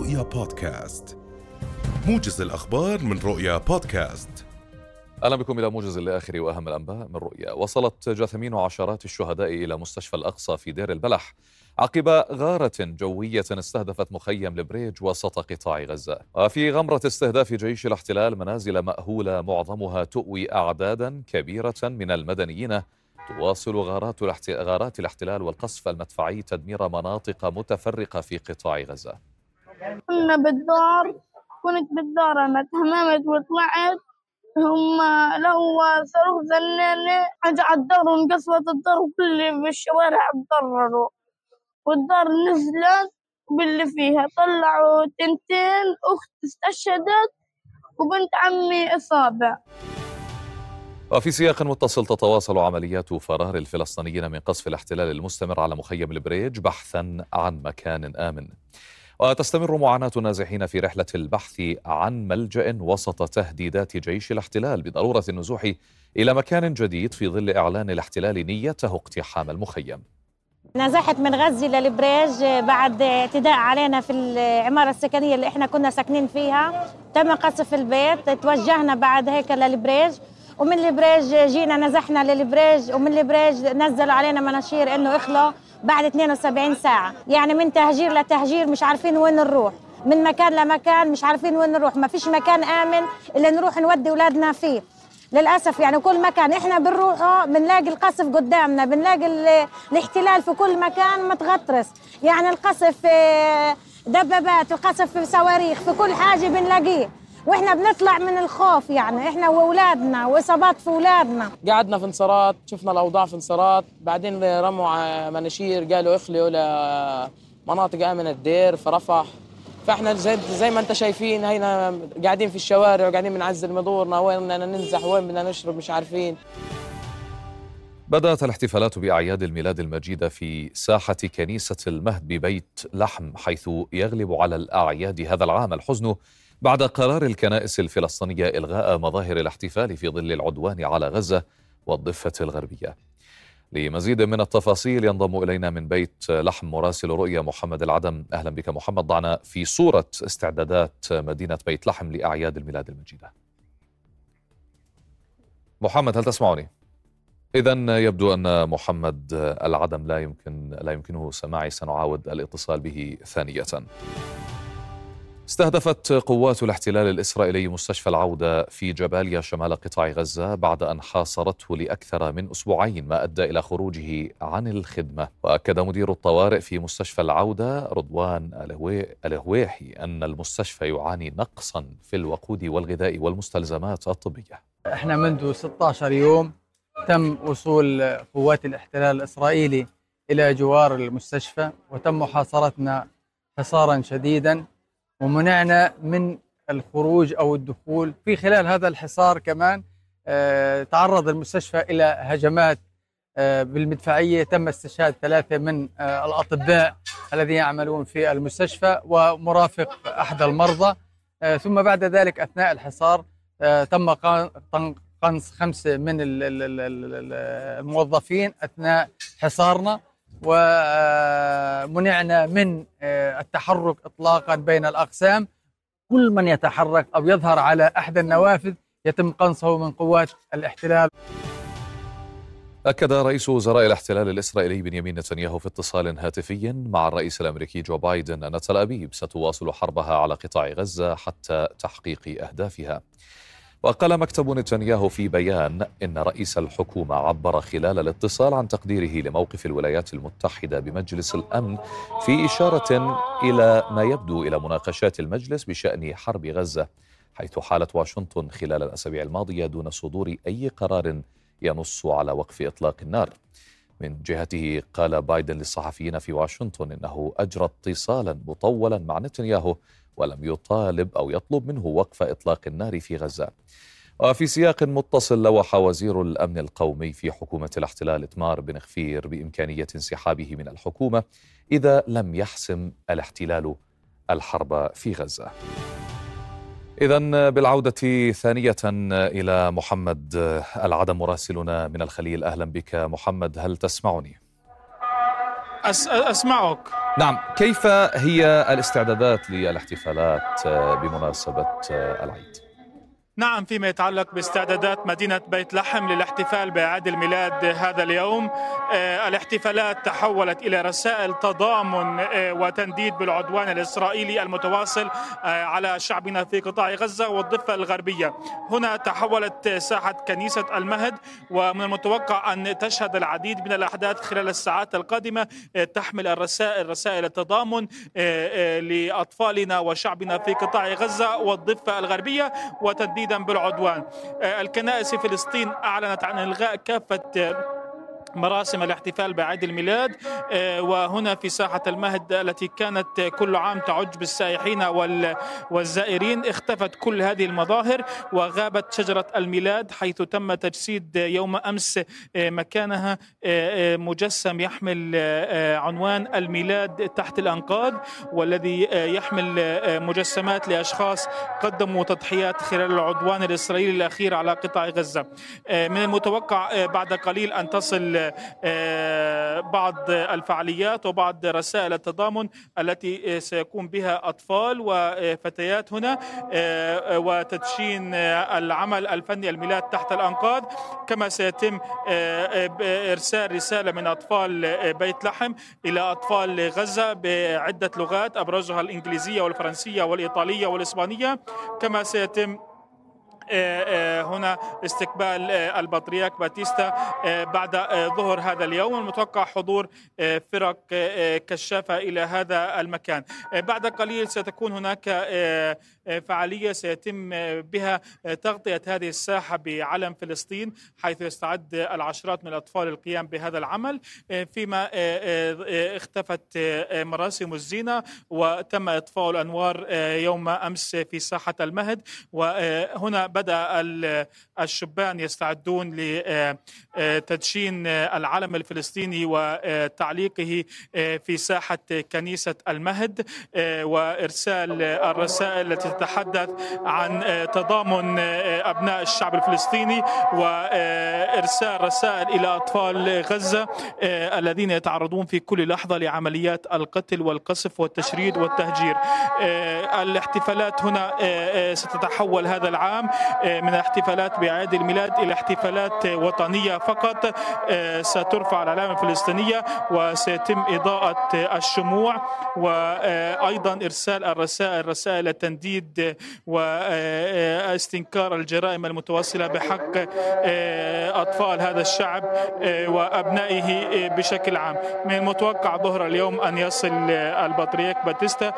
رؤيا بودكاست، موجز الأخبار من رؤيا بودكاست. أهلا بكم إلى موجز لآخر وأهم الأنباء من رؤيا. وصلت جثامين عشرات الشهداء إلى مستشفى الأقصى في دير البلح عقب غارة جوية استهدفت مخيم البريج وسط قطاع غزة. وفي غمرة استهداف جيش الاحتلال منازل مأهولة معظمها تؤوي أعدادا كبيرة من المدنيين، تواصل غارات الاحتلال والقصف المدفعي تدمير مناطق متفرقة في قطاع غزة. كنت بالدار أنا تهممت وطلعت، هم لو صاروخ زنانة أجى على الدار وانقصفت الدار وكل في الشوارع اتضرروا، والدار نزلت باللي فيها طلعوا تنتين، أخت استشهدت وبنت عمي إصابة. وفي سياق متصل تتواصل عمليات فرار الفلسطينيين من قصف الاحتلال المستمر على مخيم البريج بحثا عن مكان آمن. وتستمر معاناة النازحين في رحلة البحث عن ملجأ وسط تهديدات جيش الاحتلال بضرورة النزوح إلى مكان جديد في ظل إعلان الاحتلال نيته اقتحام المخيم. نزحت من غزة للبريج بعد اعتداء علينا في العمارة السكنية اللي احنا كنا ساكنين فيها، تم قصف البيت. توجهنا بعد هيك للبريج، ومن البريج جينا نزحنا للبريج، ومن البريج نزلوا علينا مناشير انه اخلوا بعد 72 ساعة. يعني من تهجير لتهجير مش عارفين وين نروح، من مكان لمكان مش عارفين وين نروح، ما فيش مكان آمن اللي نروح نودي أولادنا فيه للأسف. يعني كل مكان إحنا بنروحه بنلاقي القصف قدامنا، بنلاقي الاحتلال في كل مكان متغطرس، يعني القصف دبابات وقصف صواريخ في كل حاجة بنلاقيه، واحنا بنطلع من الخوف، يعني احنا واولادنا واصابات في اولادنا. قعدنا في انصارات، شفنا الاوضاع في انصارات، بعدين رموا مناشير قالوا اخلوا لمناطق امنه الدير في رفح. فاحنا زي ما انت شايفين هينا قاعدين في الشوارع وقاعدين بنعزل مدورنا، وين بدنا ننزح وين بدنا نشرب مش عارفين. بدأت الاحتفالات بأعياد الميلاد المجيدة في ساحة كنيسة المهد ببيت لحم، حيث يغلب على الأعياد هذا العام الحزن بعد قرار الكنائس الفلسطينية إلغاء مظاهر الاحتفال في ظل العدوان على غزة والضفة الغربية. لمزيد من التفاصيل ينضم إلينا من بيت لحم مراسل رؤيا محمد العدم. أهلا بك محمد، ضعنا في صورة استعدادات مدينة بيت لحم لأعياد الميلاد المجيدة. محمد، هل تسمعني؟ إذن يبدو أن محمد العدم لا يمكنه سماعي، سنعاود الاتصال به ثانية. استهدفت قوات الاحتلال الإسرائيلي مستشفى العودة في جباليا شمال قطاع غزة بعد أن حاصرته لأكثر من أسبوعين، ما أدى إلى خروجه عن الخدمة. وأكد مدير الطوارئ في مستشفى العودة رضوان الهويحي أن المستشفى يعاني نقصا في الوقود والغذاء والمستلزمات الطبية. احنا منذ 16 يوم تم وصول قوات الاحتلال الإسرائيلي إلى جوار المستشفى، وتم محاصرتنا حصارا شديدا ومنعنا من الخروج أو الدخول. في خلال هذا الحصار كمان تعرض المستشفى إلى هجمات بالمدفعية، تم استشهاد 3 من الأطباء الذين يعملون في المستشفى ومرافق أحد المرضى. ثم بعد ذلك أثناء الحصار تم قنص 5 من الموظفين أثناء حصارنا، ومنعنا من التحرك إطلاقا بين الأقسام. كل من يتحرك أو يظهر على أحد النوافذ يتم قنصه من قوات الاحتلال. أكد رئيس وزراء الاحتلال الإسرائيلي بنيامين نتنياهو في اتصال هاتفي مع الرئيس الأمريكي جو بايدن أن تل أبيب ستواصل حربها على قطاع غزة حتى تحقيق أهدافها. وقال مكتب نتنياهو في بيان إن رئيس الحكومة عبر خلال الاتصال عن تقديره لموقف الولايات المتحدة بمجلس الأمن، في إشارة إلى ما يبدو إلى مناقشات المجلس بشأن حرب غزة، حيث حالت واشنطن خلال الأسابيع الماضية دون صدور أي قرار ينص على وقف إطلاق النار. من جهته قال بايدن للصحفيين في واشنطن إنه أجرى اتصالا مطولا مع نتنياهو ولم يطالب أو يطلب منه وقف إطلاق النار في غزة. وفي سياق متصل لوح وزير الأمن القومي في حكومة الاحتلال إتمار بن غفير بإمكانية انسحابه من الحكومة إذا لم يحسم الاحتلال الحرب في غزة. إذن بالعودة ثانية إلى محمد العدم مراسلنا من الخليل. أهلا بك محمد، هل تسمعني؟ أسمعك. نعم، كيف هي الاستعدادات للاحتفالات بمناسبة العيد؟ نعم، فيما يتعلق باستعدادات مدينة بيت لحم للاحتفال بعيد الميلاد هذا اليوم، الاحتفالات تحولت إلى رسائل تضامن وتنديد بالعدوان الإسرائيلي المتواصل على شعبنا في قطاع غزة والضفة الغربية. هنا تحولت ساحة كنيسة المهد، ومن المتوقع أن تشهد العديد من الأحداث خلال الساعات القادمة تحمل رسائل التضامن لأطفالنا وشعبنا في قطاع غزة والضفة الغربية وتنديد بالعدوان. الكنائس في فلسطين أعلنت عن إلغاء كافة مراسم الاحتفال بعيد الميلاد، وهنا في ساحة المهد التي كانت كل عام تعج بالسائحين والزائرين اختفت كل هذه المظاهر وغابت شجرة الميلاد، حيث تم تجسيد يوم أمس مكانها مجسم يحمل عنوان الميلاد تحت الأنقاض، والذي يحمل مجسمات لأشخاص قدموا تضحيات خلال العدوان الإسرائيلي الأخير على قطاع غزة. من المتوقع بعد قليل أن تصل بعض الفعاليات وبعض رسائل التضامن التي سيكون بها أطفال وفتيات هنا، وتدشين العمل الفني الميلاد تحت الأنقاض. كما سيتم إرسال رسالة من أطفال بيت لحم إلى أطفال غزة بعدة لغات أبرزها الإنجليزية والفرنسية والإيطالية والإسبانية. كما سيتم هنا استقبال البطريرك باتيستا بعد ظهر هذا اليوم. المتوقع حضور فرق كشافة إلى هذا المكان. بعد قليل ستكون هناك فعالية سيتم بها تغطية هذه الساحة بعلم فلسطين، حيث يستعد العشرات من الأطفال للقيام بهذا العمل، فيما اختفت مراسم الزينة وتم إطفاء الأنوار يوم أمس في ساحة المهد. وهنا بدأ الشبان يستعدون لتدشين العلم الفلسطيني وتعليقه في ساحة كنيسة المهد، وإرسال الرسائل التي تتحدث عن تضامن أبناء الشعب الفلسطيني، وإرسال رسائل إلى أطفال غزة الذين يتعرضون في كل لحظة لعمليات القتل والقصف والتشريد والتهجير. الاحتفالات هنا ستتحول هذا العام من احتفالات بعيد الميلاد إلى احتفالات وطنية فقط. سترفع العلامة الفلسطينية وسيتم إضاءة الشموع، وأيضا إرسال رسائل التنديد واستنكار الجرائم المتواصلة بحق أطفال هذا الشعب وأبنائه بشكل عام. من المتوقع ظهر اليوم أن يصل البطريرك باتيستا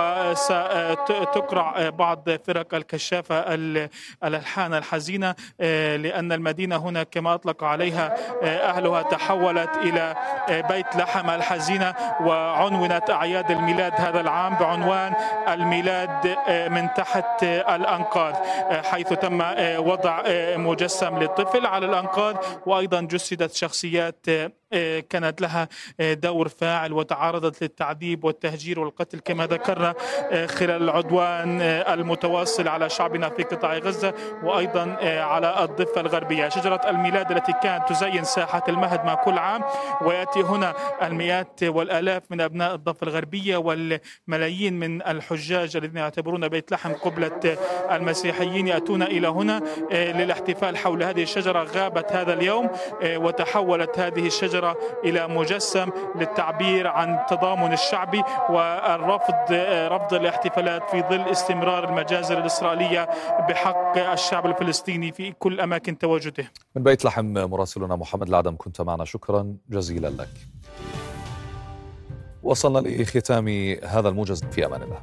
وستقرع بعض فرق الكشافة الألحان الحزينة، لأن المدينة هنا كما أطلق عليها أهلها تحولت إلى بيت لحم الحزينة، وعنونت أعياد الميلاد هذا العام بعنوان الميلاد من تحت الأنقاض، حيث تم وضع مجسم للطفل على الأنقاض، وأيضا جسدت شخصيات كانت لها دور فاعل وتعرضت للتعذيب والتهجير والقتل كما ذكرنا خلال العدوان المتواصل على شعبنا في قطاع غزة وأيضا على الضفة الغربية. شجرة الميلاد التي كانت تزين ساحة المهد مع كل عام، ويأتي هنا المئات والآلاف من أبناء الضفة الغربية والملايين من الحجاج الذين يعتبرون بيت لحم قبلة المسيحيين يأتون إلى هنا للاحتفال حول هذه الشجرة. غابت هذا اليوم وتحولت هذه الشجرة إلى مجسم للتعبير عن التضامن الشعبي رفض الاحتفالات في ظل استمرار المجازر الإسرائيلية بحق الشعب الفلسطيني في كل أماكن تواجده. من بيت لحم مراسلنا محمد العدم كنت معنا، شكرا جزيلا لك. وصلنا لختام هذا الموجز، في أمان الله.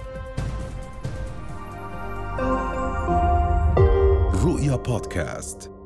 رؤيا بودكاست.